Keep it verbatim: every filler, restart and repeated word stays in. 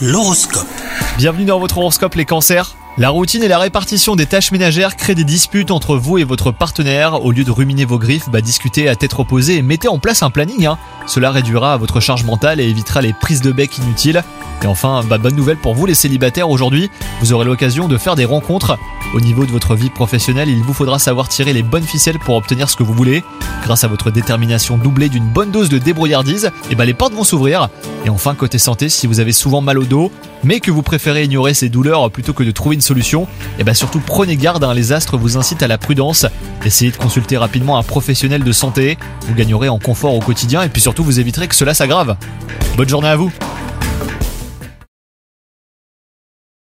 L'horoscope. Bienvenue dans votre horoscope les cancers. La routine et la répartition des tâches ménagères créent des disputes entre vous et votre partenaire. Au lieu de ruminer vos griffes, bah discutez à tête reposée et mettez en place un planning. Hein. Cela réduira votre charge mentale et évitera les prises de bec inutiles. Et enfin, bah bonne nouvelle pour vous les célibataires aujourd'hui, vous aurez l'occasion de faire des rencontres. Au niveau de votre vie professionnelle, il vous faudra savoir tirer les bonnes ficelles pour obtenir ce que vous voulez. Grâce à votre détermination doublée d'une bonne dose de débrouillardise, et bah les portes vont s'ouvrir. Et enfin, côté santé, si vous avez souvent mal au dos, mais que vous préférez ignorer ces douleurs plutôt que de trouver une solution, et bah surtout prenez garde, hein, les astres vous incitent à la prudence. Essayez de consulter rapidement un professionnel de santé, vous gagnerez en confort au quotidien et puis surtout vous éviterez que cela s'aggrave. Bonne journée à vous.